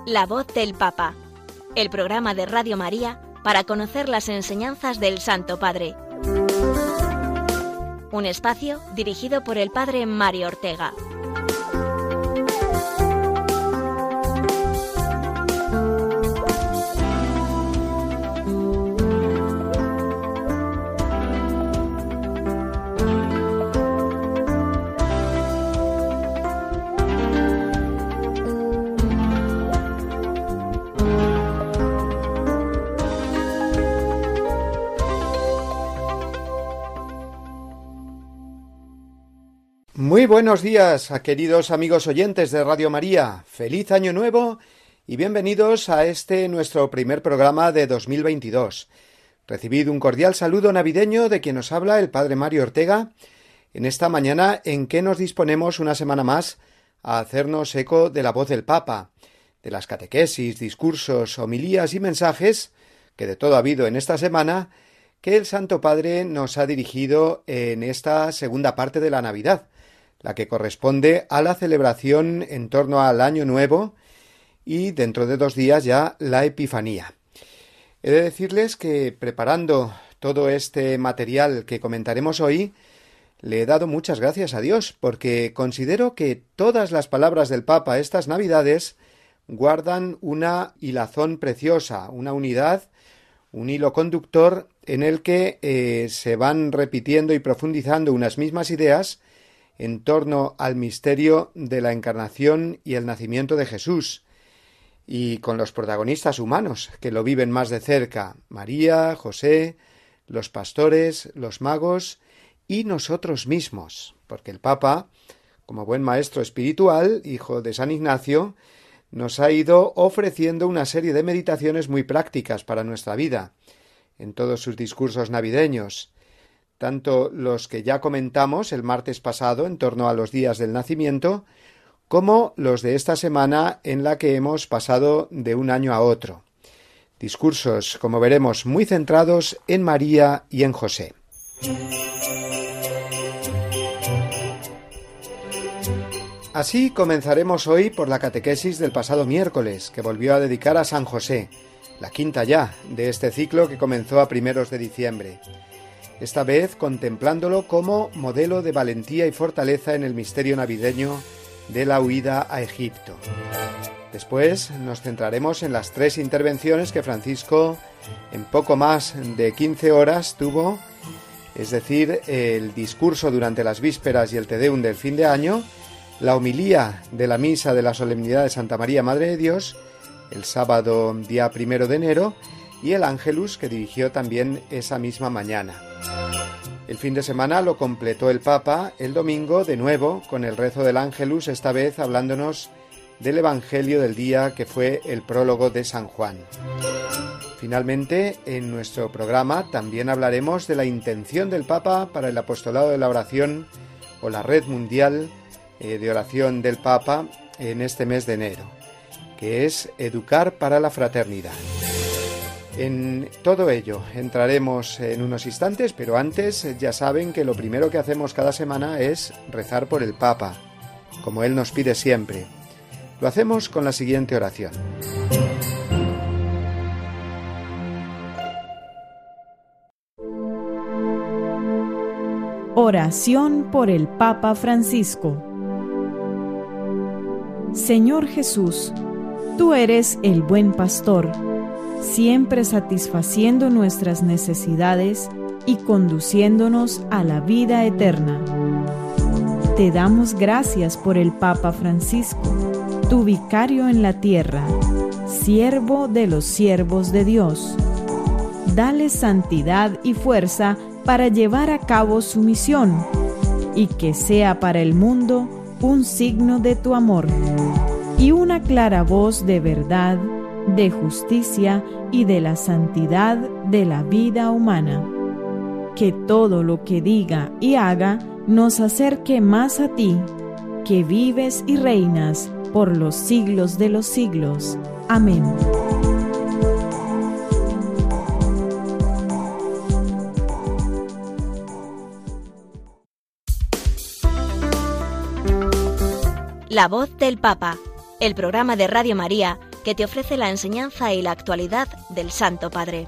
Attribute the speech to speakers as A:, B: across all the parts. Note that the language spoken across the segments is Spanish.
A: La voz del Papa, el programa de Radio María para conocer las enseñanzas del Santo Padre. Un espacio dirigido por el Padre Mario Ortega.
B: Muy buenos días, queridos amigos oyentes de Radio María. Feliz Año Nuevo y bienvenidos a nuestro primer programa de 2022. Recibid un cordial saludo navideño de quien os habla el Padre Mario Ortega en esta mañana en que nos disponemos una semana más a hacernos eco de la voz del Papa, de las catequesis, discursos, homilías y mensajes, que de todo ha habido en esta semana, que el Santo Padre nos ha dirigido en esta segunda parte de la Navidad, la que corresponde a la celebración en torno al Año Nuevo y dentro de 2 días ya la Epifanía. He de decirles que preparando todo este material que comentaremos hoy, le he dado muchas gracias a Dios, porque considero que todas las palabras del Papa estas Navidades guardan una hilazón preciosa, una unidad, un hilo conductor en el que se van repitiendo y profundizando unas mismas ideas en torno al misterio de la encarnación y el nacimiento de Jesús, y con los protagonistas humanos que lo viven más de cerca: María, José, los pastores, los magos y nosotros mismos, porque el Papa, como buen maestro espiritual, hijo de San Ignacio, nos ha ido ofreciendo una serie de meditaciones muy prácticas para nuestra vida, en todos sus discursos navideños, tanto los que ya comentamos el martes pasado en torno a los días del nacimiento, como los de esta semana en la que hemos pasado de un año a otro. Discursos, como veremos, muy centrados en María y en José. Así comenzaremos hoy por la catequesis del pasado miércoles, que volvió a dedicar a San José, la quinta ya de este ciclo que comenzó a primeros de diciembre. Esta vez contemplándolo como modelo de valentía y fortaleza en el misterio navideño de la huida a Egipto. Después nos centraremos en las 3 intervenciones que Francisco en poco más de 15 horas tuvo, es decir, el discurso durante las vísperas y el Te Deum del fin de año, la homilía de la misa de la solemnidad de Santa María Madre de Dios, el sábado día 1 de enero, y el Ángelus que dirigió también esa misma mañana. El fin de semana lo completó el Papa el domingo de nuevo con el rezo del Ángelus, esta vez hablándonos del Evangelio del día que fue el prólogo de San Juan. Finalmente, en nuestro programa también hablaremos de la intención del Papa para el apostolado de la oración o la red mundial de oración del Papa en este mes de enero, que es educar para la fraternidad. En todo ello entraremos en unos instantes, pero antes ya saben que lo primero que hacemos cada semana es rezar por el Papa, como él nos pide siempre. Lo hacemos con la siguiente oración.
C: Oración por el Papa Francisco. Señor Jesús, tú eres el buen pastor, siempre satisfaciendo nuestras necesidades y conduciéndonos a la vida eterna. Te damos gracias por el Papa Francisco, tu vicario en la tierra, siervo de los siervos de Dios. Dale santidad y fuerza para llevar a cabo su misión, y que sea para el mundo un signo de tu amor, y una clara voz de verdad, de justicia y de la santidad de la vida humana. Que todo lo que diga y haga nos acerque más a ti, que vives y reinas por los siglos de los siglos. Amén.
A: La voz del Papa, el programa de Radio María que te ofrece la enseñanza y la actualidad del Santo Padre.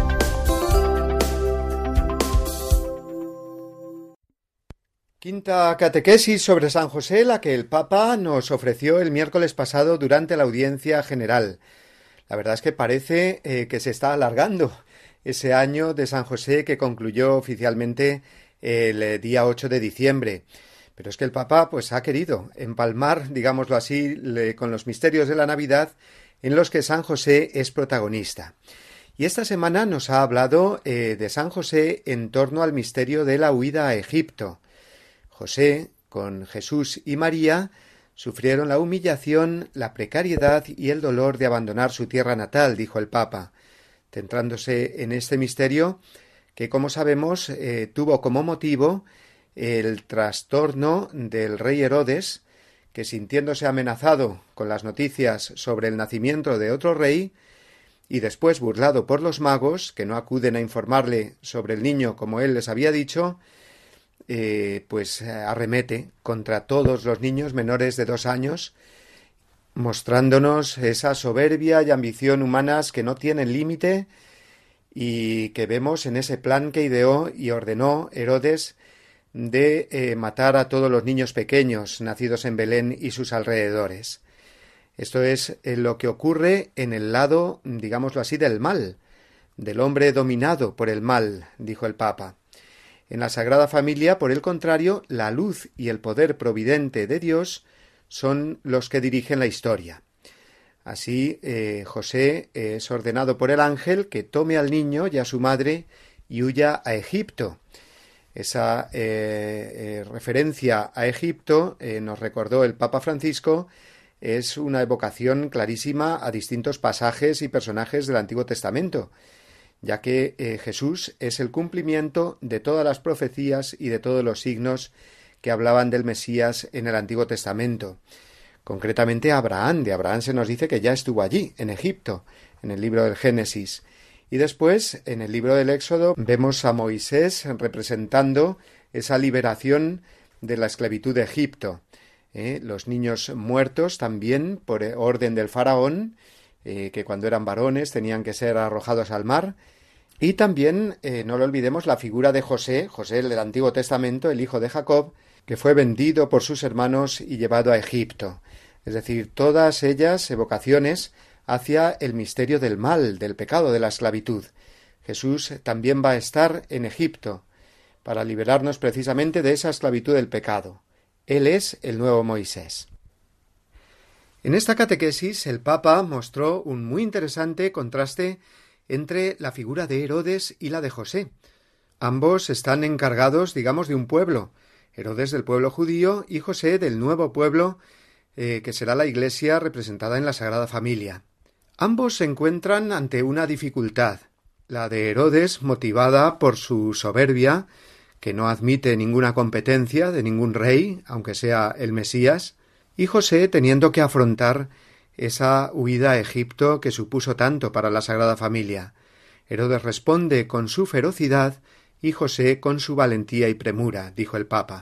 B: Quinta catequesis sobre San José, la que el Papa nos ofreció el miércoles pasado durante la audiencia general. La verdad es que parece que se está alargando ese año de San José que concluyó oficialmente el día 8 de diciembre. Pero es que el Papa pues ha querido empalmar, digámoslo así, con los misterios de la Navidad en los que San José es protagonista. Y esta semana nos ha hablado de San José en torno al misterio de la huida a Egipto. José, con Jesús y María, sufrieron la humillación, la precariedad y el dolor de abandonar su tierra natal, dijo el Papa, centrándose en este misterio que, como sabemos, tuvo como motivo el trastorno del rey Herodes, que sintiéndose amenazado con las noticias sobre el nacimiento de otro rey, y después burlado por los magos, que no acuden a informarle sobre el niño como él les había dicho, pues arremete contra todos los niños menores de 2 años, mostrándonos esa soberbia y ambición humanas que no tienen límite y que vemos en ese plan que ideó y ordenó Herodes de matar a todos los niños pequeños nacidos en Belén y sus alrededores. Esto es lo que ocurre en el lado, digámoslo así, del mal, del hombre dominado por el mal, dijo el Papa. En la Sagrada Familia, por el contrario, la luz y el poder providente de Dios son los que dirigen la historia. Así, José es ordenado por el ángel que tome al niño y a su madre y huya a Egipto. Esa referencia a Egipto, nos recordó el Papa Francisco, es una evocación clarísima a distintos pasajes y personajes del Antiguo Testamento, ya que Jesús es el cumplimiento de todas las profecías y de todos los signos que hablaban del Mesías en el Antiguo Testamento. Concretamente Abraham. De Abraham se nos dice que ya estuvo allí, en Egipto, en el libro del Génesis. Y después, en el libro del Éxodo, vemos a Moisés representando esa liberación de la esclavitud de Egipto. Los niños muertos también, por orden del faraón, que cuando eran varones tenían que ser arrojados al mar. Y también, no lo olvidemos, la figura de José del Antiguo Testamento, el hijo de Jacob, que fue vendido por sus hermanos y llevado a Egipto. Es decir, todas ellas evocaciones hacia el misterio del mal, del pecado, de la esclavitud. Jesús también va a estar en Egipto para liberarnos precisamente de esa esclavitud del pecado. Él es el nuevo Moisés. En esta catequesis el Papa mostró un muy interesante contraste entre la figura de Herodes y la de José. Ambos están encargados, digamos, de un pueblo, Herodes del pueblo judío y José del nuevo pueblo que será la Iglesia representada en la Sagrada Familia. Ambos se encuentran ante una dificultad, la de Herodes motivada por su soberbia, que no admite ninguna competencia de ningún rey, aunque sea el Mesías, y José teniendo que afrontar esa huida a Egipto que supuso tanto para la Sagrada Familia. Herodes responde con su ferocidad y José con su valentía y premura, dijo el Papa.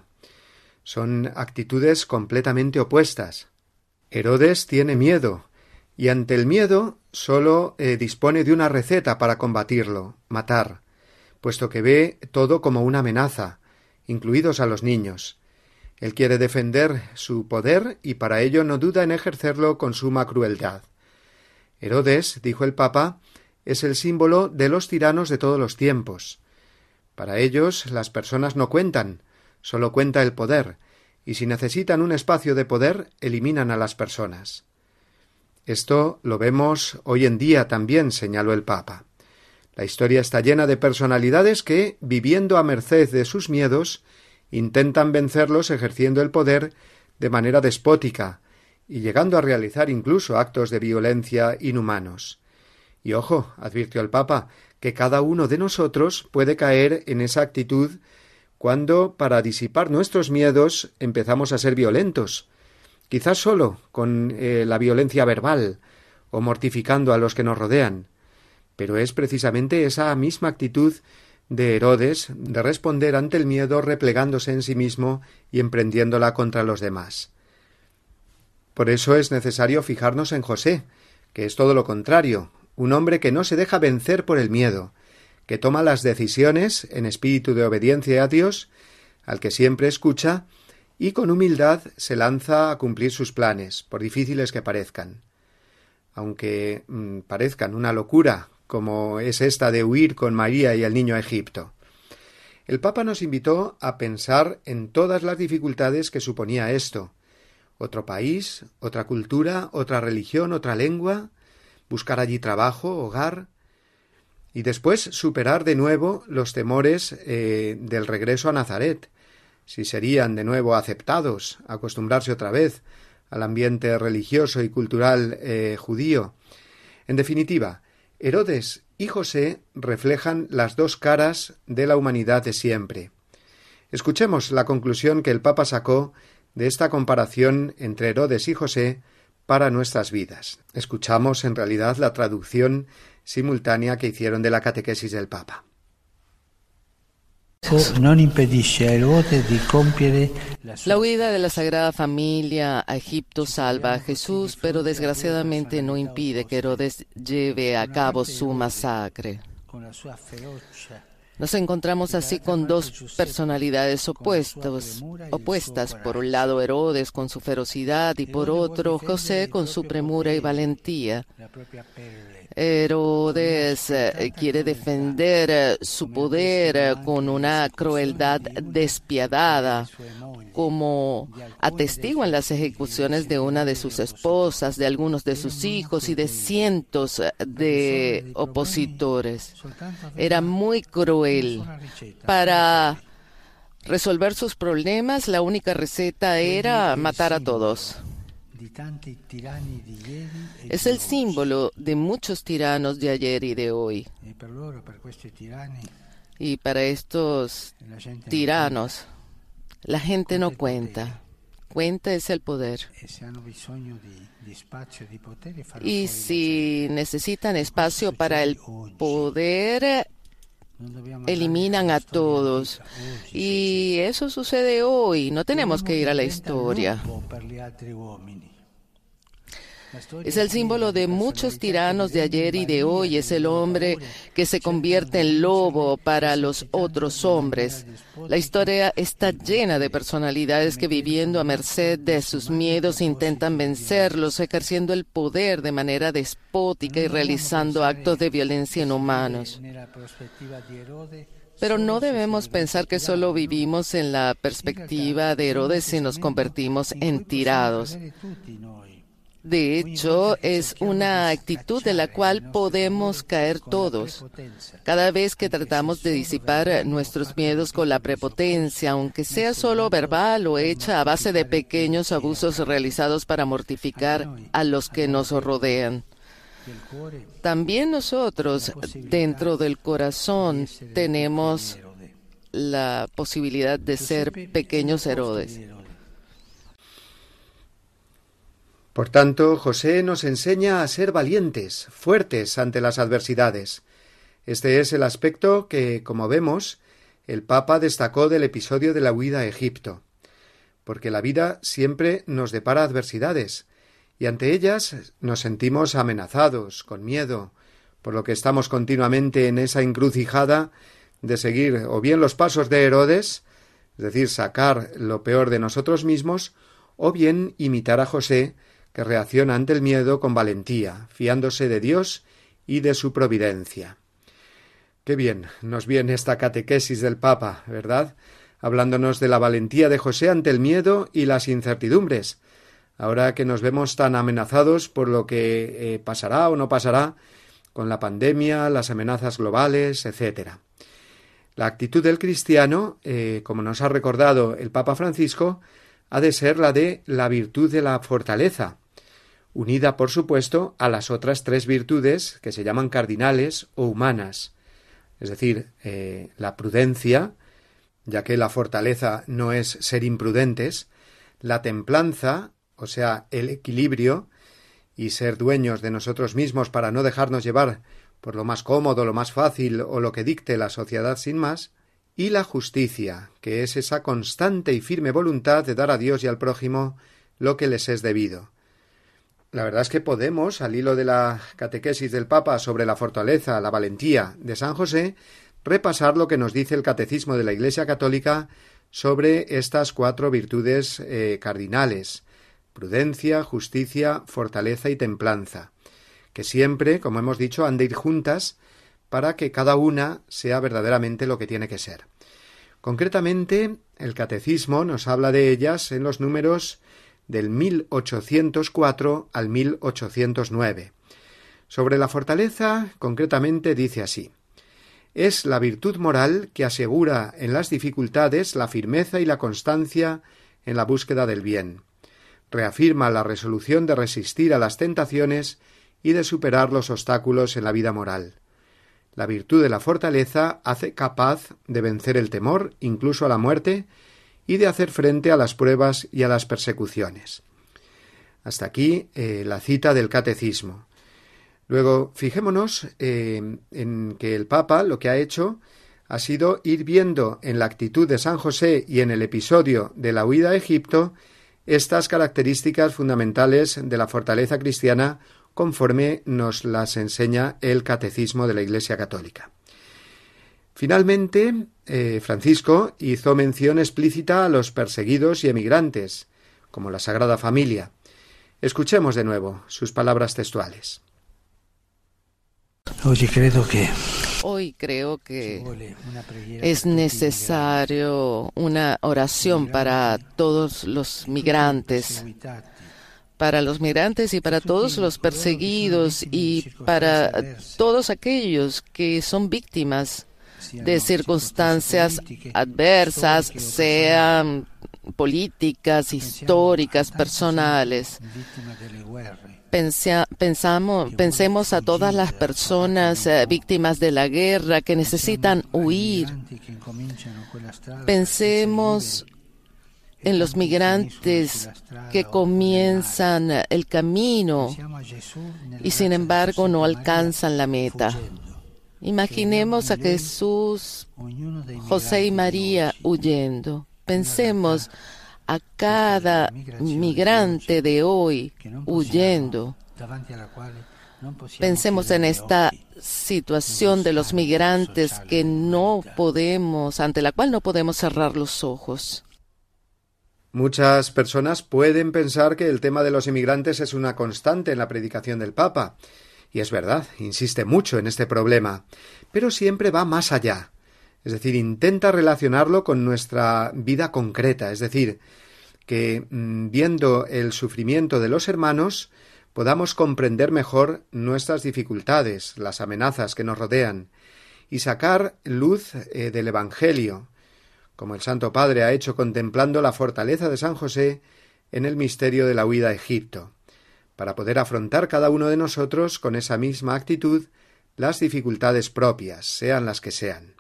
B: Son actitudes completamente opuestas. Herodes tiene miedo, y ante el miedo sólo dispone de una receta para combatirlo, matar, puesto que ve todo como una amenaza, incluidos a los niños. Él quiere defender su poder y para ello no duda en ejercerlo con suma crueldad. Herodes, dijo el Papa, es el símbolo de los tiranos de todos los tiempos. Para ellos las personas no cuentan, solo cuenta el poder, y si necesitan un espacio de poder, eliminan a las personas. Esto lo vemos hoy en día también, señaló el Papa. La historia está llena de personalidades que, viviendo a merced de sus miedos, intentan vencerlos ejerciendo el poder de manera despótica y llegando a realizar incluso actos de violencia inhumanos. Y ojo, advirtió el Papa, que cada uno de nosotros puede caer en esa actitud cuando, para disipar nuestros miedos, empezamos a ser violentos, quizás solo con la violencia verbal o mortificando a los que nos rodean. Pero es precisamente esa misma actitud de Herodes de responder ante el miedo replegándose en sí mismo y emprendiéndola contra los demás. Por eso es necesario fijarnos en José, que es todo lo contrario, un hombre que no se deja vencer por el miedo, que toma las decisiones en espíritu de obediencia a Dios, al que siempre escucha, y con humildad se lanza a cumplir sus planes, por difíciles que parezcan. Aunque parezcan una locura, como es esta de huir con María y el niño a Egipto. El Papa nos invitó a pensar en todas las dificultades que suponía esto. Otro país, otra cultura, otra religión, otra lengua, buscar allí trabajo, hogar, y después superar de nuevo los temores del regreso a Nazaret, si serían de nuevo aceptados, acostumbrarse otra vez al ambiente religioso y cultural judío. En definitiva, Herodes y José reflejan las dos caras de la humanidad de siempre. Escuchemos la conclusión que el Papa sacó de esta comparación entre Herodes y José para nuestras vidas. Escuchamos en realidad la traducción simultánea que hicieron de la catequesis del Papa.
D: La huida de la Sagrada Familia a Egipto salva a Jesús, pero desgraciadamente no impide que Herodes lleve a cabo su masacre. Nos encontramos así con dos personalidades opuestas. Por un lado Herodes con su ferocidad y por otro José con su premura y valentía. Herodes quiere defender su poder con una crueldad despiadada, como atestiguan las ejecuciones de una de sus esposas, de algunos de sus hijos y de cientos de opositores. Era muy cruel. Para resolver sus problemas, la única receta era matar a todos. Es el símbolo de muchos tiranos de ayer y de hoy. Y para estos tiranos, la gente no cuenta. Cuenta es el poder. Y si necesitan espacio para el poder, eliminan a todos. Y eso sucede hoy. No tenemos que ir a la historia. Es el símbolo de muchos tiranos de ayer y de hoy. Es el hombre que se convierte en lobo para los otros hombres. La historia está llena de personalidades que, viviendo a merced de sus miedos, intentan vencerlos, ejerciendo el poder de manera despótica y realizando actos de violencia inhumanos. Pero no debemos pensar que solo vivimos en la perspectiva de Herodes y nos convertimos en tiranos. De hecho, es una actitud de la cual podemos caer todos. Cada vez que tratamos de disipar nuestros miedos con la prepotencia, aunque sea solo verbal o hecha a base de pequeños abusos realizados para mortificar a los que nos rodean. También nosotros, dentro del corazón, tenemos la posibilidad de ser pequeños Herodes.
B: Por tanto, José nos enseña a ser valientes, fuertes ante las adversidades. Este es el aspecto que, como vemos, el Papa destacó del episodio de la huida a Egipto, porque la vida siempre nos depara adversidades, y ante ellas nos sentimos amenazados, con miedo, por lo que estamos continuamente en esa encrucijada de seguir o bien los pasos de Herodes, es decir, sacar lo peor de nosotros mismos, o bien imitar a José, que reacciona ante el miedo con valentía, fiándose de Dios y de su providencia. Qué bien nos viene esta catequesis del Papa, ¿verdad? Hablándonos de la valentía de José ante el miedo y las incertidumbres, ahora que nos vemos tan amenazados por lo que pasará o no pasará con la pandemia, las amenazas globales, etc. La actitud del cristiano, como nos ha recordado el Papa Francisco, ha de ser la de la virtud de la fortaleza, unida, por supuesto, a las otras tres virtudes que se llaman cardinales o humanas, es decir, la prudencia, ya que la fortaleza no es ser imprudentes, la templanza, o sea, el equilibrio, y ser dueños de nosotros mismos para no dejarnos llevar por lo más cómodo, lo más fácil o lo que dicte la sociedad sin más, y la justicia, que es esa constante y firme voluntad de dar a Dios y al prójimo lo que les es debido. la verdad es que podemos, al hilo de la catequesis del Papa sobre la fortaleza, la valentía de San José, repasar lo que nos dice el Catecismo de la Iglesia Católica sobre estas 4 virtudes cardinales: prudencia, justicia, fortaleza y templanza, que siempre, como hemos dicho, han de ir juntas para que cada una sea verdaderamente lo que tiene que ser. Concretamente, el Catecismo nos habla de ellas en los números del 1804 al 1809. Sobre la fortaleza, concretamente, dice así: es la virtud moral que asegura en las dificultades la firmeza y la constancia en la búsqueda del bien. Reafirma la resolución de resistir a las tentaciones y de superar los obstáculos en la vida moral. La virtud de la fortaleza hace capaz de vencer el temor, incluso a la muerte, y de hacer frente a las pruebas y a las persecuciones. Hasta aquí la cita del Catecismo. Luego, fijémonos en que el Papa lo que ha hecho ha sido ir viendo en la actitud de San José y en el episodio de la huida a Egipto estas características fundamentales de la fortaleza cristiana conforme nos las enseña el Catecismo de la Iglesia Católica. Finalmente, Francisco hizo mención explícita a los perseguidos y emigrantes, como la Sagrada Familia. Escuchemos de nuevo sus palabras textuales.
D: Hoy creo que es necesario una oración para todos los migrantes, y para todos los perseguidos y para todos aquellos que son víctimas de circunstancias adversas, sean políticas, históricas, personales. Pensemos a todas las personas víctimas de la guerra que necesitan huir. Pensemos en los migrantes que comienzan el camino y sin embargo no alcanzan la meta. Imaginemos a Jesús, José y María huyendo. Pensemos a cada migrante de hoy huyendo. Pensemos en esta situación de los migrantes ante la cual no podemos cerrar los ojos.
B: Muchas personas pueden pensar que el tema de los inmigrantes es una constante en la predicación del Papa. Y es verdad, insiste mucho en este problema, pero siempre va más allá. Es decir, intenta relacionarlo con nuestra vida concreta, es decir, que viendo el sufrimiento de los hermanos podamos comprender mejor nuestras dificultades, las amenazas que nos rodean, y sacar luz del Evangelio, como el Santo Padre ha hecho contemplando la fortaleza de San José en el misterio de la huida a Egipto, para poder afrontar cada uno de nosotros con esa misma actitud las dificultades propias, sean las que sean.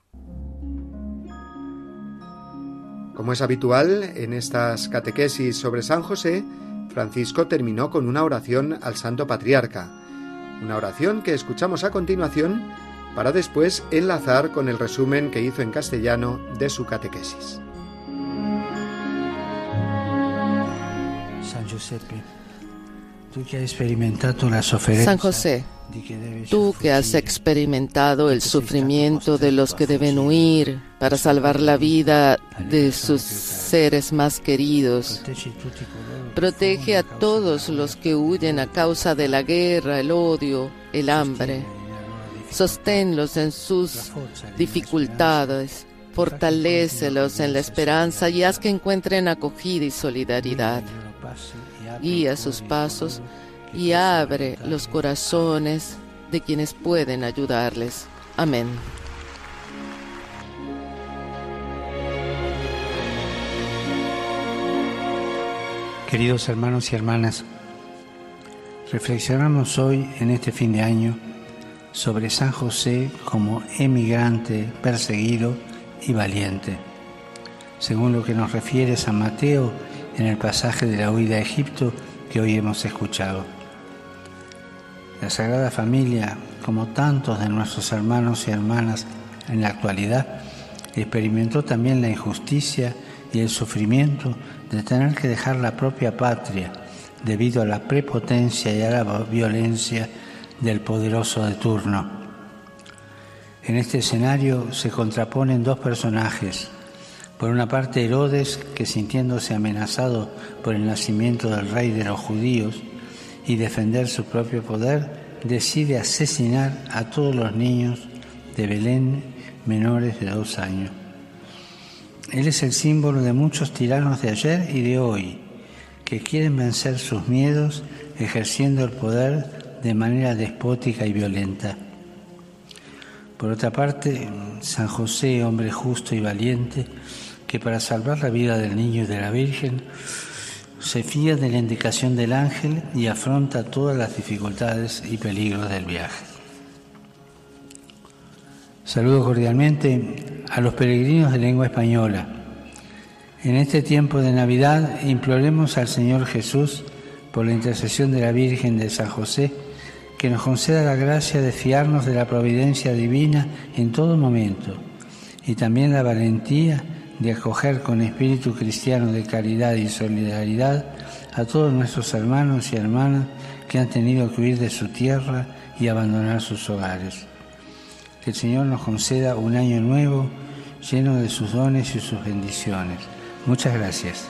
B: Como es habitual en estas catequesis sobre San José, Francisco terminó con una oración al Santo Patriarca, una oración que escuchamos a continuación para después enlazar con el resumen que hizo en castellano de su catequesis.
E: San José,
D: tú que has experimentado el sufrimiento de los que deben huir para salvar la vida de sus seres más queridos, protege a todos los que huyen a causa de la guerra, el odio, el hambre. Sosténlos en sus dificultades, fortalécelos en la esperanza y haz que encuentren acogida y solidaridad. Guía sus pasos y abre los corazones de quienes pueden ayudarles. Amén.
E: Queridos hermanos y hermanas, reflexionamos hoy en este fin de año sobre San José como emigrante, perseguido y valiente. Según lo que nos refiere San Mateo en el pasaje de la huida a Egipto que hoy hemos escuchado. La Sagrada Familia, como tantos de nuestros hermanos y hermanas en la actualidad, experimentó también la injusticia y el sufrimiento de tener que dejar la propia patria, debido a la prepotencia y a la violencia del poderoso de turno. En este escenario se contraponen dos personajes. Por una parte, Herodes, que sintiéndose amenazado por el nacimiento del rey de los judíos y defender su propio poder, decide asesinar a todos los niños de Belén menores de 2 años. Él es el símbolo de muchos tiranos de ayer y de hoy, que quieren vencer sus miedos ejerciendo el poder de manera despótica y violenta. Por otra parte, San José, hombre justo y valiente, que para salvar la vida del niño y de la Virgen, se fía de la indicación del ángel y afronta todas las dificultades y peligros del viaje. Saludo cordialmente a los peregrinos de lengua española. En este tiempo de Navidad imploremos al Señor Jesús, por la intercesión de la Virgen de San José, que nos conceda la gracia de fiarnos de la providencia divina en todo momento y también la valentía de acoger con espíritu cristiano de caridad y solidaridad a todos nuestros hermanos y hermanas que han tenido que huir de su tierra y abandonar sus hogares. Que el Señor nos conceda un año nuevo lleno de sus dones y sus bendiciones. Muchas gracias.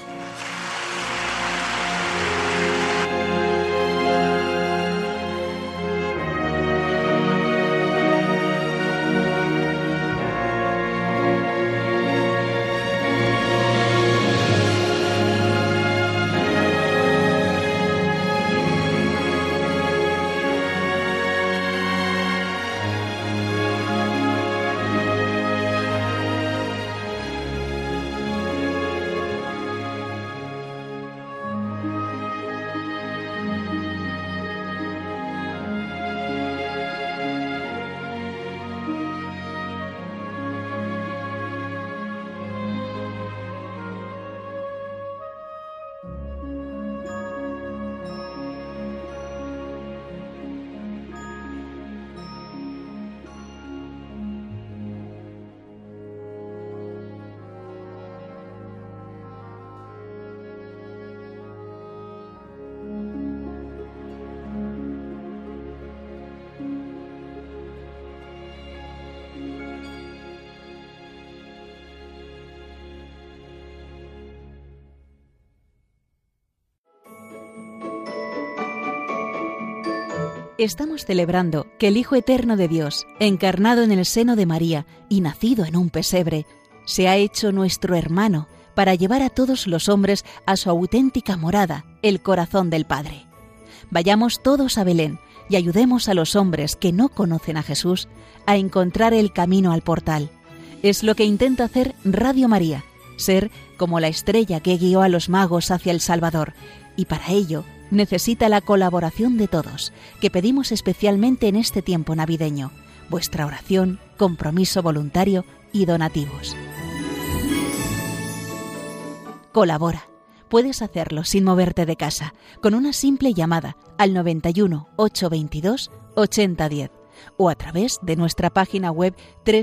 A: Estamos celebrando que el Hijo Eterno de Dios, encarnado en el seno de María y nacido en un pesebre, se ha hecho nuestro hermano para llevar a todos los hombres a su auténtica morada, el corazón del Padre. Vayamos todos a Belén y ayudemos a los hombres que no conocen a Jesús a encontrar el camino al portal. Es lo que intenta hacer Radio María, ser como la estrella que guió a los magos hacia el Salvador, y para ello necesita la colaboración de todos, que pedimos especialmente en este tiempo navideño, vuestra oración, compromiso voluntario y donativos. Colabora. Puedes hacerlo sin moverte de casa, con una simple llamada al 91 822 8010 o a través de nuestra página web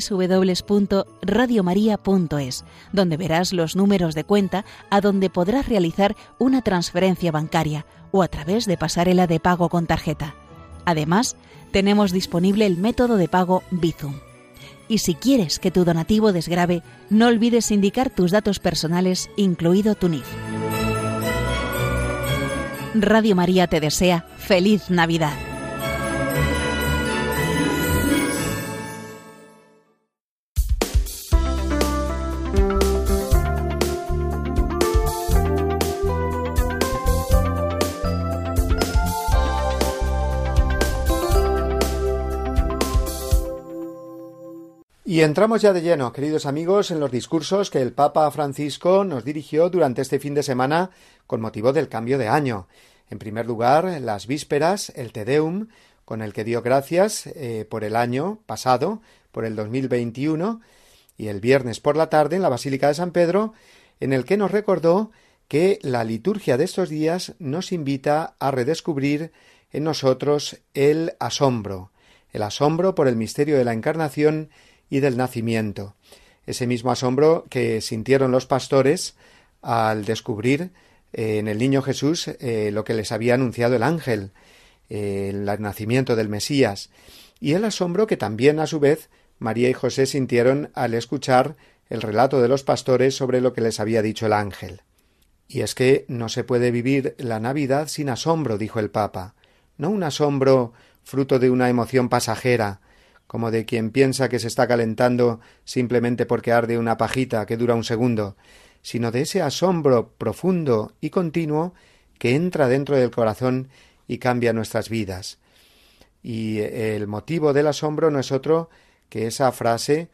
A: www.radiomaria.es, donde verás los números de cuenta a donde podrás realizar una transferencia bancaria o a través de pasarela de pago con tarjeta. Además, tenemos disponible el método de pago Bizum. Y si quieres que tu donativo desgrave, no olvides indicar tus datos personales, incluido tu NIF. Radio María te desea ¡Feliz Navidad!
B: Y entramos ya de lleno, queridos amigos, en los discursos que el Papa Francisco nos dirigió durante este fin de semana con motivo del cambio de año. En primer lugar, las vísperas, el Te Deum, con el que dio gracias por el año pasado, por el 2021, y el viernes por la tarde en la Basílica de San Pedro, en el que nos recordó que la liturgia de estos días nos invita a redescubrir en nosotros el asombro por el misterio de la Encarnación y del nacimiento, ese mismo asombro que sintieron los pastores al descubrir en el niño Jesús lo que les había anunciado el ángel, el nacimiento del Mesías, y el asombro que también a su vez María y José sintieron al escuchar el relato de los pastores sobre lo que les había dicho el ángel. Y es que no se puede vivir la Navidad sin asombro, dijo el Papa, no un asombro fruto de una emoción pasajera, como de quien piensa que se está calentando simplemente porque arde una pajita que dura un segundo, sino de ese asombro profundo y continuo que entra dentro del corazón y cambia nuestras vidas. Y el motivo del asombro no es otro que esa frase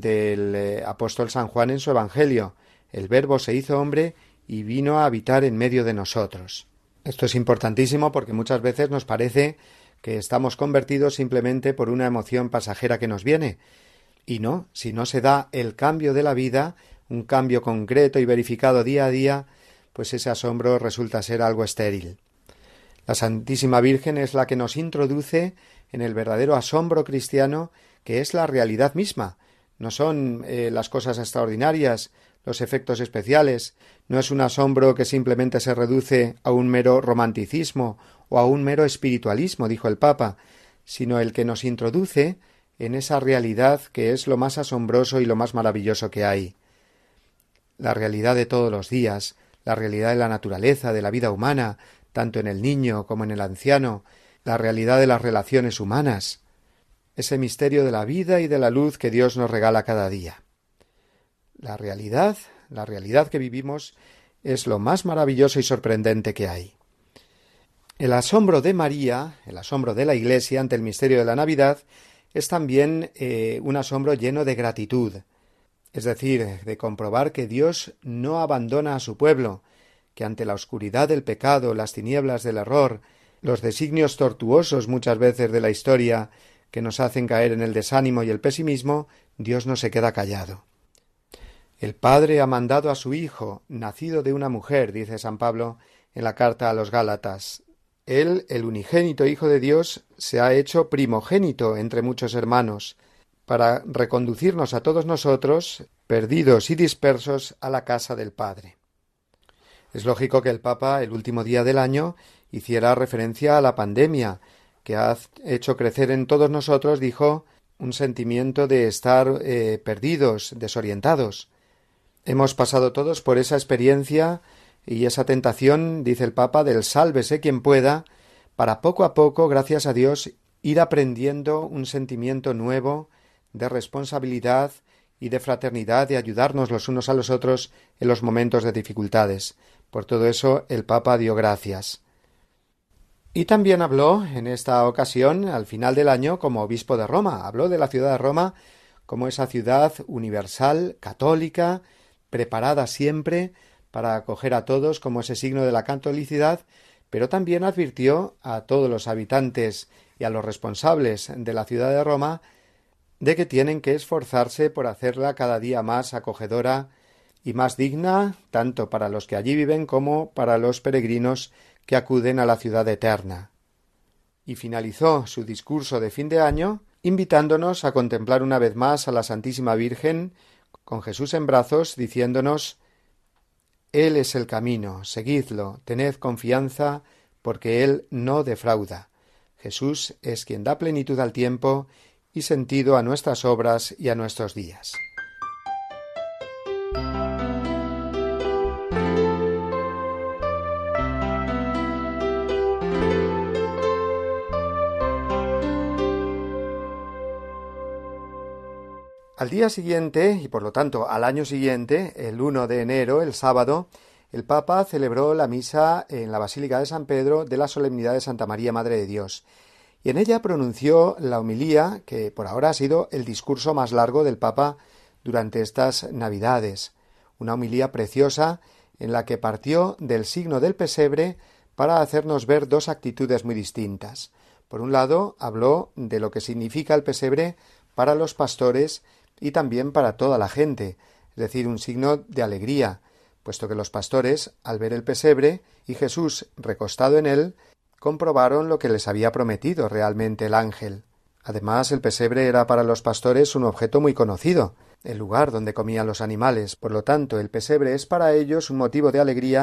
B: del apóstol San Juan en su Evangelio: el Verbo se hizo hombre y vino a habitar en medio de nosotros. Esto es importantísimo porque muchas veces nos parece que estamos convertidos simplemente por una emoción pasajera que nos viene. Y no, si no se da el cambio de la vida, un cambio concreto y verificado día a día, pues ese asombro resulta ser algo estéril. La Santísima Virgen es la que nos introduce en el verdadero asombro cristiano, que es la realidad misma. No son las cosas extraordinarias, los efectos especiales, no es un asombro que simplemente se reduce a un mero romanticismo o a un mero espiritualismo, dijo el Papa, sino el que nos introduce en esa realidad que es lo más asombroso y lo más maravilloso que hay. La realidad de todos los días, la realidad de la naturaleza, de la vida humana, tanto en el niño como en el anciano, la realidad de las relaciones humanas, ese misterio de la vida y de la luz que Dios nos regala cada día. La realidad que vivimos es lo más maravilloso y sorprendente que hay. El asombro de María, el asombro de la Iglesia ante el misterio de la Navidad, es también un asombro lleno de gratitud, es decir, de comprobar que Dios no abandona a su pueblo, que ante la oscuridad del pecado, las tinieblas del error, los designios tortuosos muchas veces de la historia que nos hacen caer en el desánimo y el pesimismo, Dios no se queda callado. El Padre ha mandado a su Hijo, nacido de una mujer, dice San Pablo en la carta a los Gálatas. Él, el unigénito Hijo de Dios, se ha hecho primogénito entre muchos hermanos, para reconducirnos a todos nosotros, perdidos y dispersos, a la casa del Padre. Es lógico que el Papa, el último día del año, hiciera referencia a la pandemia, que ha hecho crecer en todos nosotros, dijo, un sentimiento de estar perdidos, desorientados. Hemos pasado todos por esa experiencia y esa tentación, dice el Papa, del sálvese quien pueda, para poco a poco, gracias a Dios, ir aprendiendo un sentimiento nuevo de responsabilidad y de fraternidad, de ayudarnos los unos a los otros en los momentos de dificultades. Por todo eso el Papa dio gracias. Y también habló en esta ocasión, al final del año, como obispo de Roma. Habló de la ciudad de Roma como esa ciudad universal, católica, preparada siempre para acoger a todos como ese signo de la catolicidad, pero también advirtió a todos los habitantes y a los responsables de la ciudad de Roma de que tienen que esforzarse por hacerla cada día más acogedora y más digna, tanto para los que allí viven como para los peregrinos que acuden a la ciudad eterna. Y finalizó su discurso de fin de año invitándonos a contemplar una vez más a la Santísima Virgen con Jesús en brazos, diciéndonos: Él es el camino, seguidlo, tened confianza, porque Él no defrauda. Jesús es quien da plenitud al tiempo y sentido a nuestras obras y a nuestros días. Al día siguiente, y por lo tanto al año siguiente, el 1 de enero, el sábado, el Papa celebró la misa en la Basílica de San Pedro de la Solemnidad de Santa María, Madre de Dios, y en ella pronunció la homilía que por ahora ha sido el discurso más largo del Papa durante estas Navidades, una homilía preciosa en la que partió del signo del pesebre para hacernos ver dos actitudes muy distintas. Por un lado, habló de lo que significa el pesebre para los pastores y también para toda la gente, es decir, un signo de alegría, puesto que los pastores, al ver el pesebre y Jesús recostado en él, comprobaron lo que les había prometido realmente el ángel. Además, el pesebre era para los pastores un objeto muy conocido, el lugar donde comían los animales. Por lo tanto, el pesebre es para ellos un motivo de alegría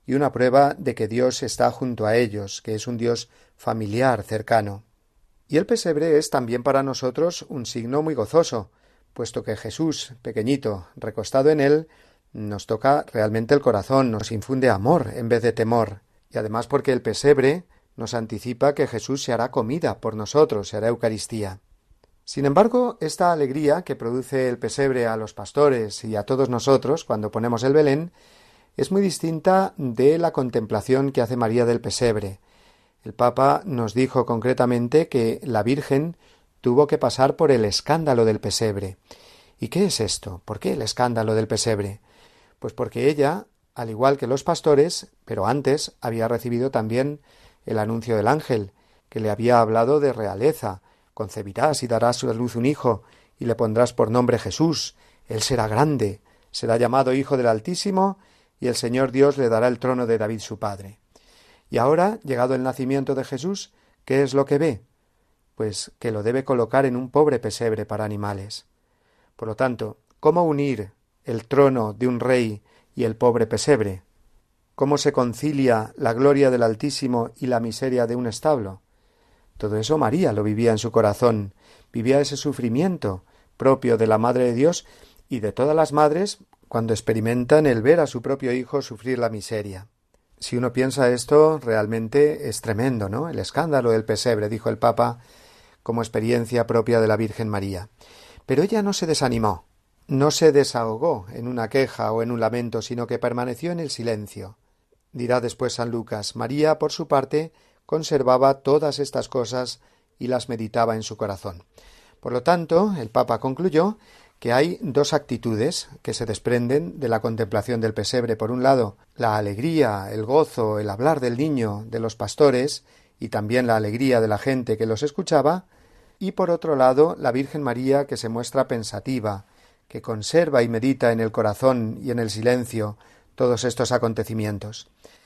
B: y una prueba de que Dios está junto a ellos, que es un Dios familiar, cercano. Y el pesebre es también para nosotros un signo muy gozoso, puesto que Jesús, pequeñito, recostado en él, nos toca realmente el corazón, nos infunde amor en vez de temor, y además porque el pesebre nos anticipa que Jesús se hará comida por nosotros, se hará Eucaristía. Sin embargo, esta alegría que produce el pesebre a los pastores y a todos nosotros cuando ponemos el Belén es muy distinta de la contemplación que hace María del pesebre. El Papa nos dijo concretamente que la Virgen tuvo que pasar por el escándalo del pesebre. ¿Y qué es esto? ¿Por qué el escándalo del pesebre? Pues porque ella, al igual que los pastores, pero antes había recibido también el anuncio del ángel, que le había hablado de realeza. Concebirás y darás a luz un hijo, y le pondrás por nombre Jesús. Él será grande, será llamado Hijo del Altísimo, y el Señor Dios le dará el trono de David su padre. Y ahora, llegado el nacimiento de Jesús, ¿qué es lo que ve? Pues que lo debe colocar en un pobre pesebre para animales. Por lo tanto, ¿cómo unir el trono de un rey y el pobre pesebre? ¿Cómo se concilia la gloria del Altísimo y la miseria de un establo? Todo eso María lo vivía en su corazón, vivía ese sufrimiento propio de la Madre de Dios y de todas las madres cuando experimentan el ver a su propio hijo sufrir la miseria. Si uno piensa esto, realmente es tremendo, ¿no? El escándalo del pesebre, dijo el Papa, como experiencia propia de la Virgen María. Pero ella no se desanimó, no se desahogó en una queja o en un lamento, sino que permaneció en el silencio. Dirá después San Lucas, María, por su parte, conservaba todas estas cosas y las meditaba en su corazón. Por lo tanto, el Papa concluyó que hay dos actitudes que se desprenden de la contemplación del pesebre. Por un lado, la alegría, el gozo, el hablar del niño de los pastores y también la alegría de la gente que los escuchaba, y por otro lado, la Virgen María que se muestra pensativa, que conserva y medita en el corazón y en el silencio todos estos acontecimientos.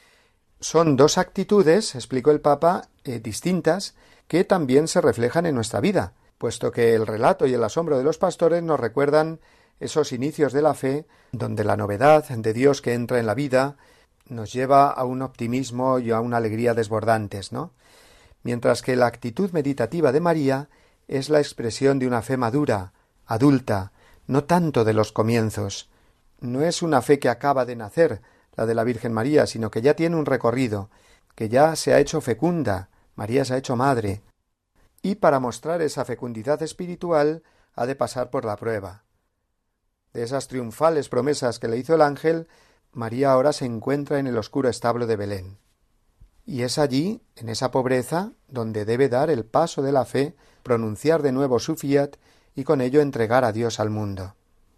B: Son dos actitudes, explicó el Papa, distintas, que también se reflejan en nuestra vida, puesto que el relato y el asombro de los pastores nos recuerdan esos inicios de la fe, donde la novedad de Dios que entra en la vida nos lleva a un optimismo y a una alegría desbordantes, ¿no? Mientras que la actitud meditativa de María es la expresión de una fe madura, adulta, no tanto de los comienzos. No es una fe que acaba de nacer, la de la Virgen María, sino que ya tiene un recorrido, que ya se ha hecho fecunda, María se ha hecho madre, y para mostrar esa fecundidad espiritual ha de pasar por la prueba. De esas triunfales promesas que le hizo el ángel, María ahora se encuentra en el oscuro establo de Belén. Y es allí, en esa pobreza, donde debe dar el paso de la fe, pronunciar de nuevo su fiat y con ello entregar a Dios al mundo.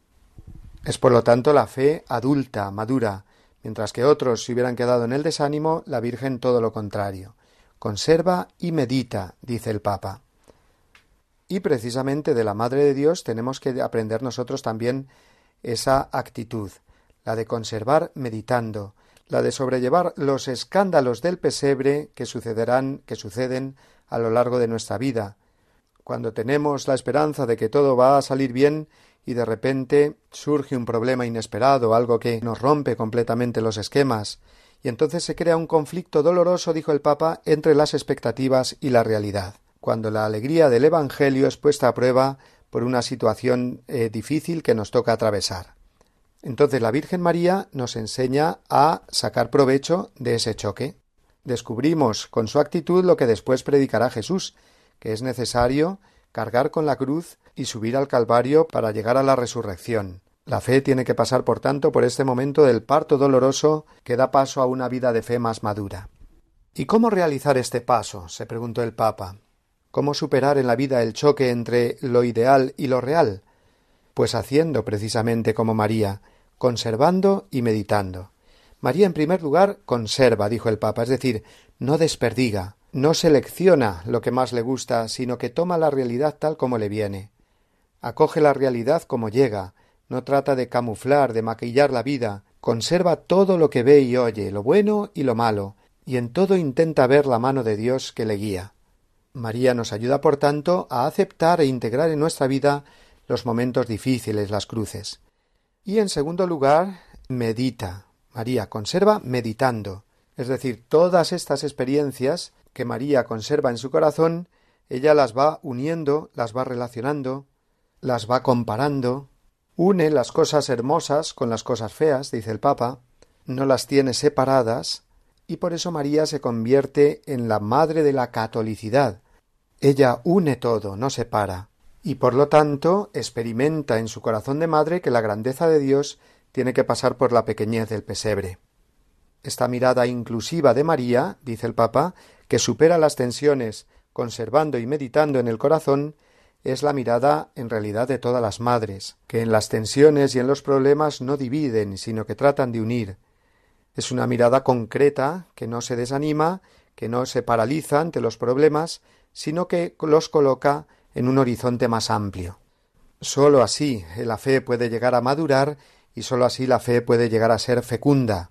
B: Es por lo tanto la fe adulta, madura, mientras que otros se hubieran quedado en el desánimo, la Virgen todo lo contrario. Conserva y medita, dice el Papa. Y precisamente de la Madre de Dios tenemos que aprender nosotros también esa actitud, la de conservar meditando, la de sobrellevar los escándalos del pesebre que suceden a lo largo de nuestra vida, cuando tenemos la esperanza de que todo va a salir bien y de repente surge un problema inesperado, algo que nos rompe completamente los esquemas, y entonces se crea un conflicto doloroso, dijo el Papa, entre las expectativas y la realidad, cuando la alegría del Evangelio es puesta a prueba por una situación difícil que nos toca atravesar. Entonces la Virgen María nos enseña a sacar provecho de ese choque. Descubrimos con su actitud lo que después predicará Jesús, que es necesario cargar con la cruz y subir al Calvario para llegar a la resurrección. La fe tiene que pasar, por tanto, por este momento del parto doloroso que da paso a una vida de fe más madura. ¿Y cómo realizar este paso?, se preguntó el Papa. ¿Cómo superar en la vida el choque entre lo ideal y lo real? Pues haciendo precisamente como María, conservando y meditando. María, en primer lugar, conserva, dijo el Papa, es decir, no desperdiga, no selecciona lo que más le gusta, sino que toma la realidad tal como le viene. Acoge la realidad como llega, no trata de camuflar, de maquillar la vida, conserva todo lo que ve y oye, lo bueno y lo malo, y en todo intenta ver la mano de Dios que le guía. María nos ayuda, por tanto, a aceptar e integrar en nuestra vida los momentos difíciles, las cruces. Y en segundo lugar, medita. María conserva meditando. Es decir, todas estas experiencias que María conserva en su corazón, ella las va uniendo, las va relacionando, las va comparando, une las cosas hermosas con las cosas feas, dice el Papa, no las tiene separadas, y por eso María se convierte en la madre de la catolicidad. Ella une todo, no separa, y por lo tanto experimenta en su corazón de madre que la grandeza de Dios tiene que pasar por la pequeñez del pesebre. Esta mirada inclusiva de María, dice el Papa, que supera las tensiones, conservando y meditando en el corazón, es la mirada en realidad de todas las madres, que en las tensiones y en los problemas no dividen, sino que tratan de unir. Es una mirada concreta, que no se desanima, que no se paraliza ante los problemas, sino que los coloca en un horizonte más amplio. Sólo así la fe puede llegar a madurar y sólo así la fe puede llegar a ser fecunda.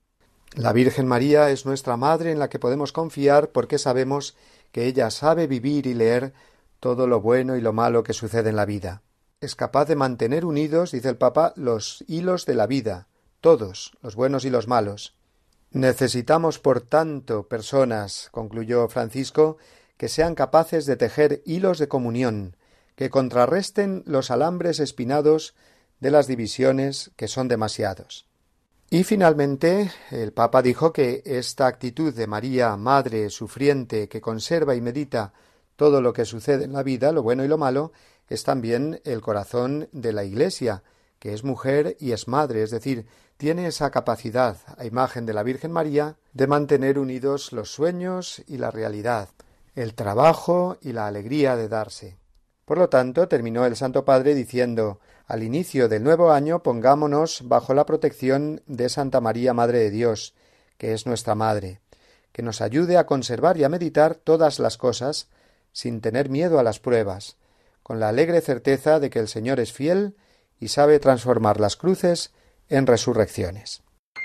B: La Virgen María es nuestra Madre en la que podemos confiar porque sabemos que ella sabe vivir y leer todo lo bueno y lo malo que sucede en la vida. Es capaz de mantener unidos, dice el Papa, los hilos de la vida, todos, los buenos y los malos. Necesitamos, por tanto, personas, concluyó Francisco, que sean capaces de tejer hilos de comunión, que contrarresten los alambres espinados de las divisiones que son demasiados. Y finalmente el Papa dijo que esta actitud de María, madre sufriente, que conserva y medita todo lo que sucede en la vida, lo bueno y lo malo, es también el corazón de la Iglesia, que es mujer y es madre, es decir, tiene esa capacidad, a imagen de la Virgen María, de mantener unidos los sueños y la realidad, el trabajo y la alegría de darse. Por lo tanto, terminó el Santo Padre diciendo: al inicio del nuevo año pongámonos bajo la protección de Santa María, Madre de Dios, que es nuestra Madre, que nos ayude a conservar y a meditar todas las cosas sin tener miedo a las pruebas, con la alegre certeza de que el Señor es fiel y sabe transformar las cruces en resurrecciones.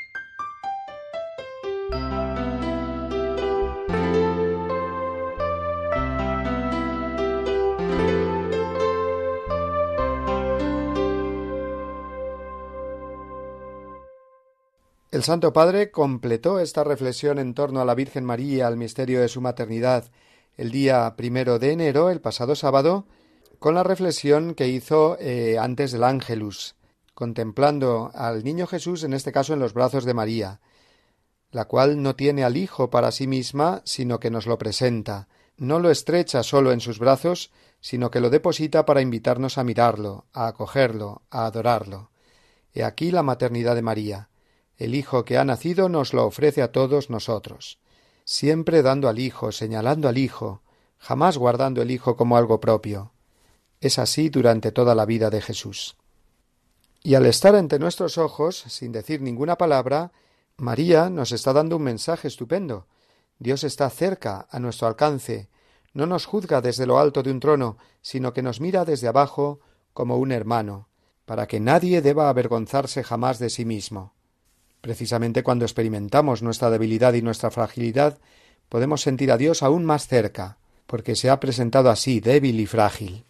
B: El Santo Padre completó esta reflexión en torno a la Virgen María, al misterio de su maternidad, el día 1 de enero, el pasado sábado, con la reflexión que hizo antes del Ángelus, contemplando al niño Jesús, en este caso en los brazos de María, la cual no tiene al Hijo para sí misma, sino que nos lo presenta, no lo estrecha solo en sus brazos, sino que lo deposita para invitarnos a mirarlo, a acogerlo, a adorarlo. He aquí la maternidad de María. El Hijo que ha nacido nos lo ofrece a todos nosotros, siempre dando al Hijo, señalando al Hijo, jamás guardando el Hijo como algo propio. Es así durante toda la vida de Jesús. Y al estar ante nuestros ojos, sin decir ninguna palabra, María nos está dando un mensaje estupendo. Dios está cerca, a nuestro alcance, no nos juzga desde lo alto de un trono, sino que nos mira desde abajo como un hermano, para que nadie deba avergonzarse jamás de sí mismo. Precisamente cuando experimentamos nuestra debilidad y nuestra fragilidad, podemos sentir a Dios aún más cerca, porque se ha presentado así, débil y frágil.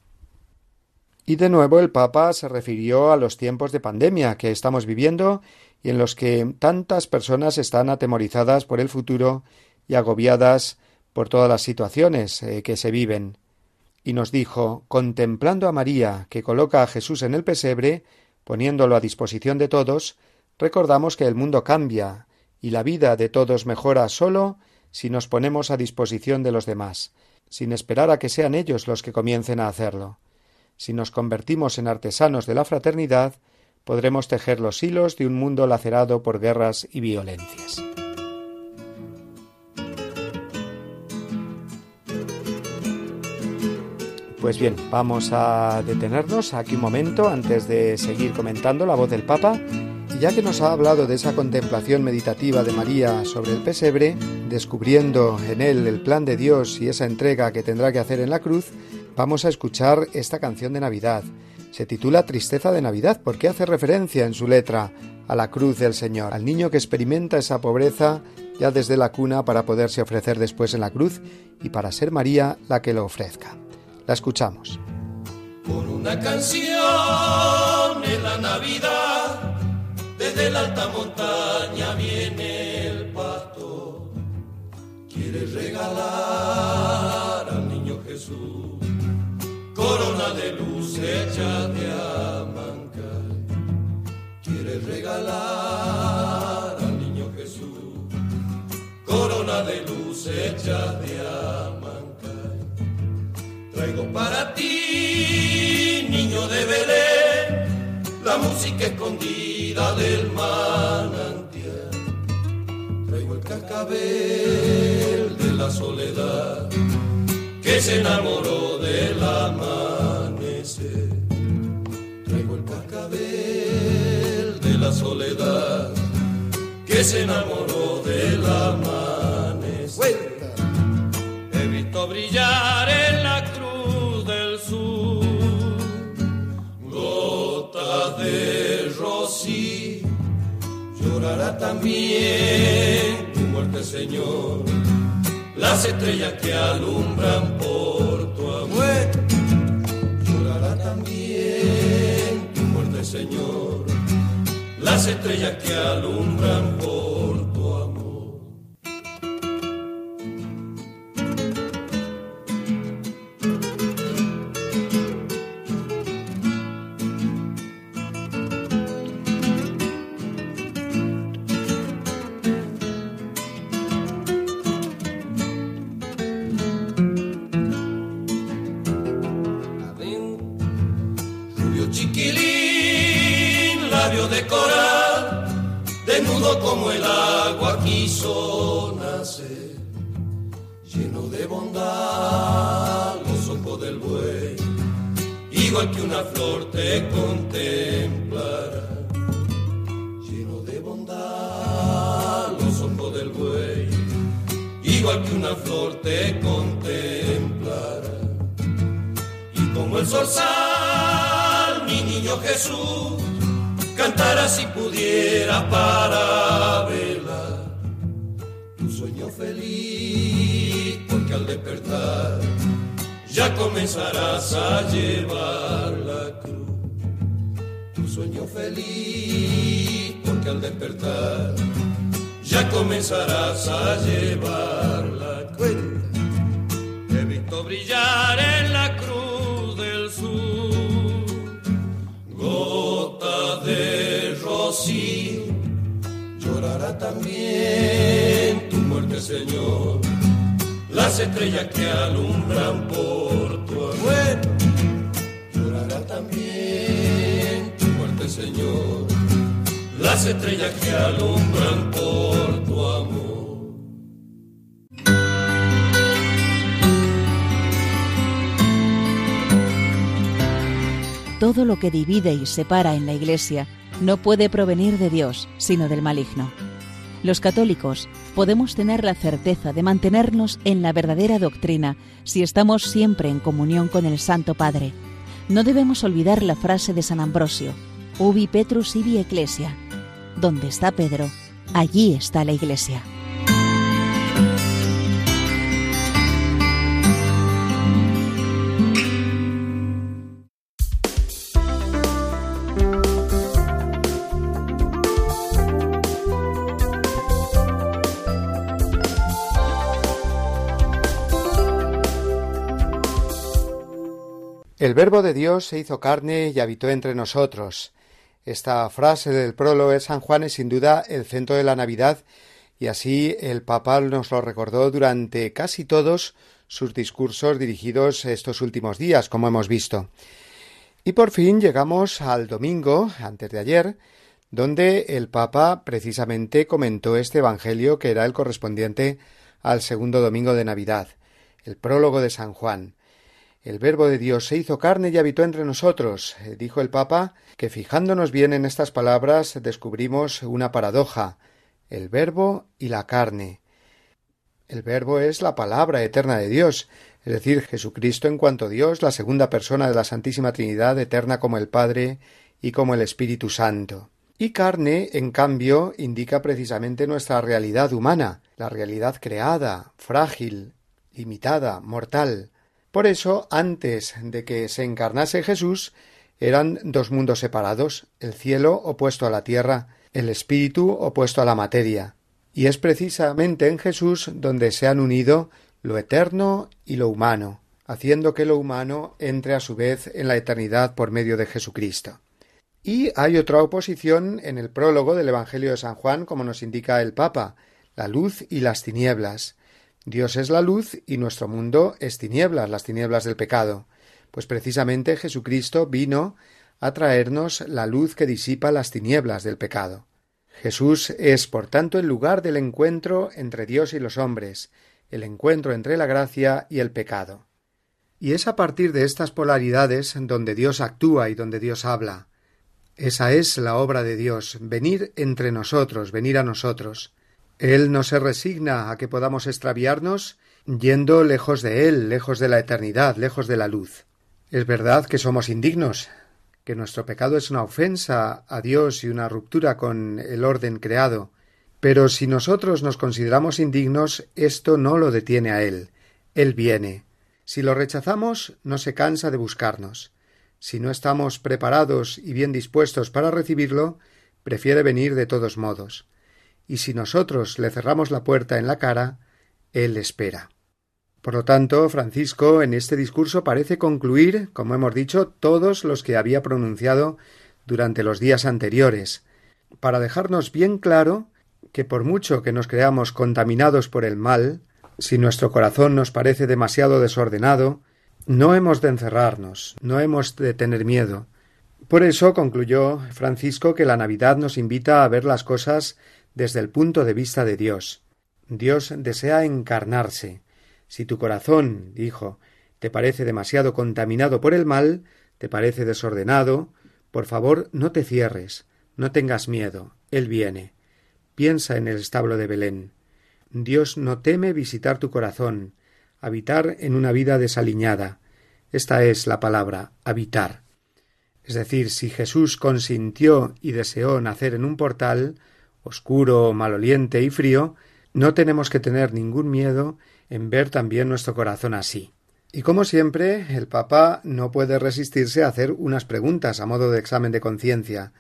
B: Y de nuevo el Papa se refirió a los tiempos de pandemia que estamos viviendo y en los que tantas personas están atemorizadas por el futuro y agobiadas por todas las situaciones que se viven. Y nos dijo: contemplando a María, que coloca a Jesús en el pesebre, poniéndolo a disposición de todos, recordamos que el mundo cambia y la vida de todos mejora solo si nos ponemos a disposición de los demás, sin esperar a que sean ellos los que comiencen a hacerlo. Si nos convertimos en artesanos de la fraternidad, podremos tejer los hilos de un mundo lacerado por guerras y violencias. Pues bien, vamos a detenernos aquí un momento antes de seguir comentando la voz del Papa. Y ya que nos ha hablado de esa contemplación meditativa de María sobre el pesebre, descubriendo en él el plan de Dios y esa entrega que tendrá que hacer en la cruz, vamos a escuchar esta canción de Navidad. Se titula Tristeza de Navidad porque hace referencia en su letra a la cruz del Señor, al niño que experimenta esa pobreza ya desde la cuna para poderse ofrecer después en la cruz y para ser María la que lo ofrezca. La escuchamos.
F: Por una canción en la Navidad, de desde la alta montaña viene el pastor, quiere regalar al niño Jesús corona de luz hecha de Amancay. Quiere regalar al niño Jesús corona de luz hecha de Amancay. Traigo para ti, niño de Belén, la música escondida del manantial. Traigo el cascabel de la soledad que se enamoró del amanecer. Traigo el cascabel de la soledad que se enamoró del amanecer. He visto brillar en la cruz del sur gotas de rocío. Llorará también tu muerte, Señor, las estrellas que alumbran por tu amor. Llorará también tu muerte, Señor, las estrellas que alumbran por tu amor. Desnudo como el agua quiso nacer, lleno de bondad los ojos del buey, igual que una flor te contemplará. Lleno de bondad los ojos del buey, igual que una flor te contemplará. Y como el zorzal, mi niño Jesús, cantara si pudiera para velar tu sueño feliz, porque al despertar ya comenzarás a llevar la cruz. Tu sueño feliz, porque al despertar ya comenzarás a llevar la cruz. He visto brillar en la cruz del sur gotas de rocío. Llorará también tu muerte, Señor, las estrellas que alumbran por tu amor. Llorará también tu muerte, Señor, las estrellas que alumbran por tu amor.
A: Todo lo que divide y separa en la Iglesia no puede provenir de Dios, sino del maligno. Los católicos podemos tener la certeza de mantenernos en la verdadera doctrina si estamos siempre en comunión con el Santo Padre. No debemos olvidar la frase de San Ambrosio: Ubi Petrus ibi Ecclesia. Donde está Pedro, allí está la Iglesia.
B: El Verbo de Dios se hizo carne y habitó entre nosotros. Esta frase del prólogo de San Juan es sin duda el centro de la Navidad, y así el Papa nos lo recordó durante casi todos sus discursos dirigidos estos últimos días, como hemos visto. Y por fin llegamos al domingo, antes de ayer, donde el Papa precisamente comentó este Evangelio que era el correspondiente al segundo domingo de Navidad, el prólogo de San Juan. El Verbo de Dios se hizo carne y habitó entre nosotros. Dijo el Papa que fijándonos bien en estas palabras descubrimos una paradoja: el Verbo y la carne. El Verbo es la palabra eterna de Dios, es decir, Jesucristo en cuanto Dios, la segunda persona de la Santísima Trinidad, eterna como el Padre y como el Espíritu Santo. Y carne, en cambio, indica precisamente nuestra realidad humana, la realidad creada, frágil, limitada, mortal. Por eso, antes de que se encarnase Jesús, eran dos mundos separados, el cielo opuesto a la tierra, el espíritu opuesto a la materia, y es precisamente en Jesús donde se han unido lo eterno y lo humano, haciendo que lo humano entre a su vez en la eternidad por medio de Jesucristo. Y hay otra oposición en el prólogo del Evangelio de San Juan, como nos indica el Papa, la luz y las tinieblas. Dios es la luz y nuestro mundo es tinieblas, las tinieblas del pecado. Pues precisamente Jesucristo vino a traernos la luz que disipa las tinieblas del pecado. Jesús es, por tanto, el lugar del encuentro entre Dios y los hombres, el encuentro entre la gracia y el pecado. Y es a partir de estas polaridades donde Dios actúa y donde Dios habla. Esa es la obra de Dios, venir entre nosotros, venir a nosotros. Él no se resigna a que podamos extraviarnos yendo lejos de Él, lejos de la eternidad, lejos de la luz. Es verdad que somos indignos, que nuestro pecado es una ofensa a Dios y una ruptura con el orden creado, pero si nosotros nos consideramos indignos, esto no lo detiene a Él. Él viene. Si lo rechazamos, no se cansa de buscarnos. Si no estamos preparados y bien dispuestos para recibirlo, prefiere venir de todos modos. Y si nosotros le cerramos la puerta en la cara, Él espera. Por lo tanto, Francisco en este discurso parece concluir, como hemos dicho, todos los que había pronunciado durante los días anteriores, para dejarnos bien claro que por mucho que nos creamos contaminados por el mal, si nuestro corazón nos parece demasiado desordenado, no hemos de encerrarnos, no hemos de tener miedo. Por eso concluyó Francisco que la Navidad nos invita a ver las cosas desde el punto de vista de Dios. Dios desea encarnarse. Si tu corazón, dijo, te parece demasiado contaminado por el mal, te parece desordenado, por favor no te cierres, no tengas miedo, Él viene. Piensa en el establo de Belén. Dios no teme visitar tu corazón, habitar en una vida desaliñada. Esta es la palabra, habitar. Es decir, si Jesús consintió y deseó nacer en un portal, oscuro, maloliente y frío, no tenemos que tener ningún miedo en ver también nuestro corazón así. Y como siempre, el Papa no puede resistirse a hacer unas preguntas a modo de examen de conciencia.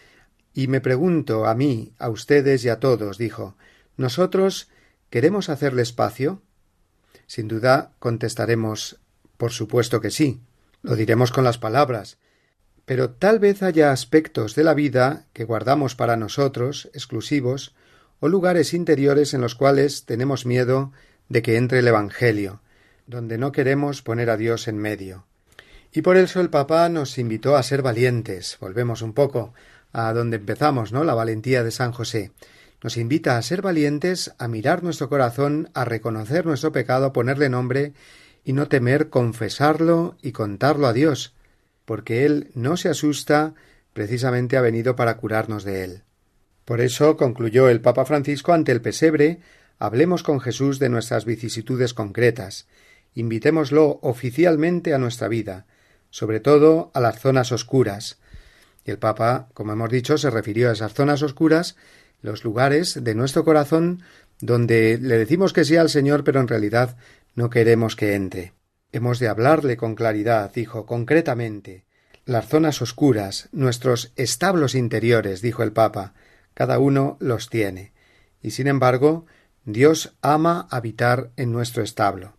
B: Y me pregunto a mí, a ustedes y a todos, dijo, ¿nosotros queremos hacerle espacio? Sin duda contestaremos, por supuesto que sí, lo diremos con las palabras, pero tal vez haya aspectos de la vida que guardamos para nosotros, exclusivos, o lugares interiores en los cuales tenemos miedo de que entre el Evangelio, donde no queremos poner a Dios en medio. Y por eso el Papa nos invitó a ser valientes. Volvemos un poco a donde empezamos, ¿no? La valentía de San José. Nos invita a ser valientes, a mirar nuestro corazón, a reconocer nuestro pecado, a ponerle nombre y no temer confesarlo y contarlo a Dios, porque Él no se asusta, precisamente ha venido para curarnos de él. Por eso concluyó el Papa Francisco ante el pesebre, hablemos con Jesús de nuestras vicisitudes concretas, invitémoslo oficialmente a nuestra vida, sobre todo a las zonas oscuras. Y el Papa, como hemos dicho, se refirió a esas zonas oscuras, los lugares de nuestro corazón donde le decimos que sí al Señor, pero en realidad no queremos que entre. Hemos de hablarle con claridad, dijo, concretamente. Las zonas oscuras, nuestros establos interiores, dijo el Papa, cada uno los tiene. Y sin embargo, Dios ama habitar en nuestro establo.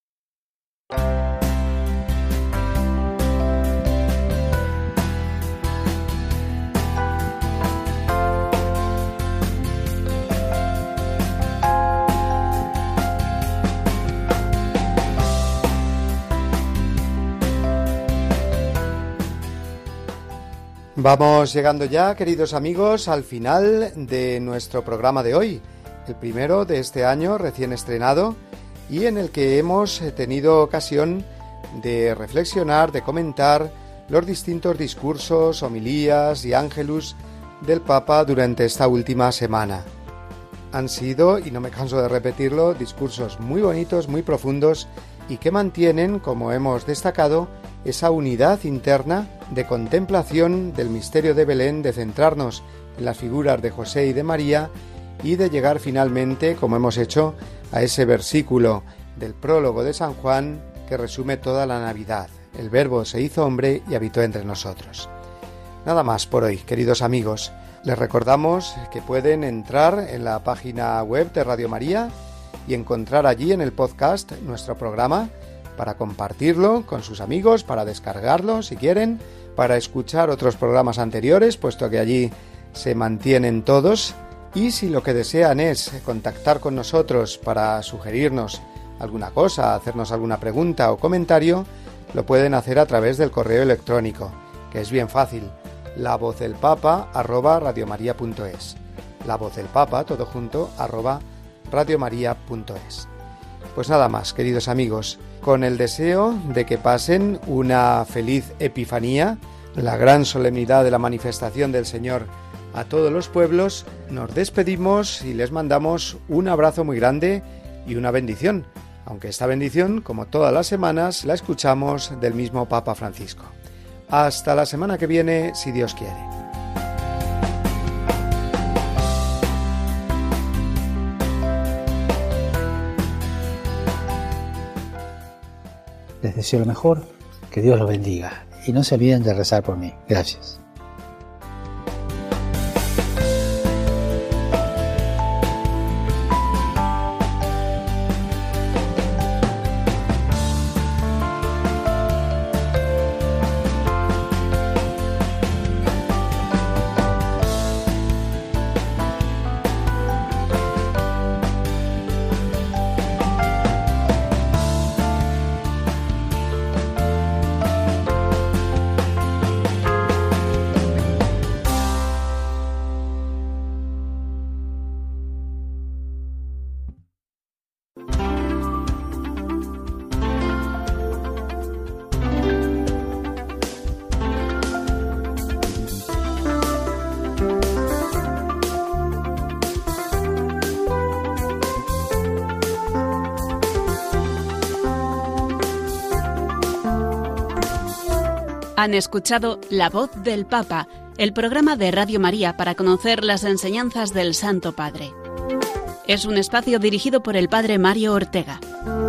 B: Vamos llegando ya, queridos amigos, al final de nuestro programa de hoy, el primero de este año recién estrenado y en el que hemos tenido ocasión de reflexionar, de comentar los distintos discursos, homilías y ángelus del Papa durante esta última semana. Han sido, y no me canso de repetirlo, discursos muy bonitos, muy profundos y que mantienen, como hemos destacado, esa unidad interna de contemplación del misterio de Belén, de centrarnos en las figuras de José y de María y de llegar finalmente, como hemos hecho, a ese versículo del prólogo de San Juan que resume toda la Navidad. El Verbo se hizo hombre y habitó entre nosotros. Nada más por hoy, queridos amigos. Les recordamos que pueden entrar en la página web de Radio María y encontrar allí en el podcast nuestro programa para compartirlo con sus amigos, para descargarlo si quieren, para escuchar otros programas anteriores, puesto que allí se mantienen todos. Y si lo que desean es contactar con nosotros para sugerirnos alguna cosa, hacernos alguna pregunta o comentario, lo pueden hacer a través del correo electrónico, que es bien fácil, lavozdelpapa@radiomaria.es. Lavozdelpapa, todo junto, @radiomaria.es. Pues nada más, queridos amigos, con el deseo de que pasen una feliz Epifanía, la gran solemnidad de la manifestación del Señor a todos los pueblos, nos despedimos y les mandamos un abrazo muy grande y una bendición, aunque esta bendición, como todas las semanas, la escuchamos del mismo Papa Francisco. Hasta la semana que viene, si Dios quiere.
E: Les deseo lo mejor, que Dios los bendiga y no se olviden de rezar por mí. Gracias.
A: Han escuchado La Voz del Papa, el programa de Radio María para conocer las enseñanzas del Santo Padre. Es un espacio dirigido por el Padre Mario Ortega.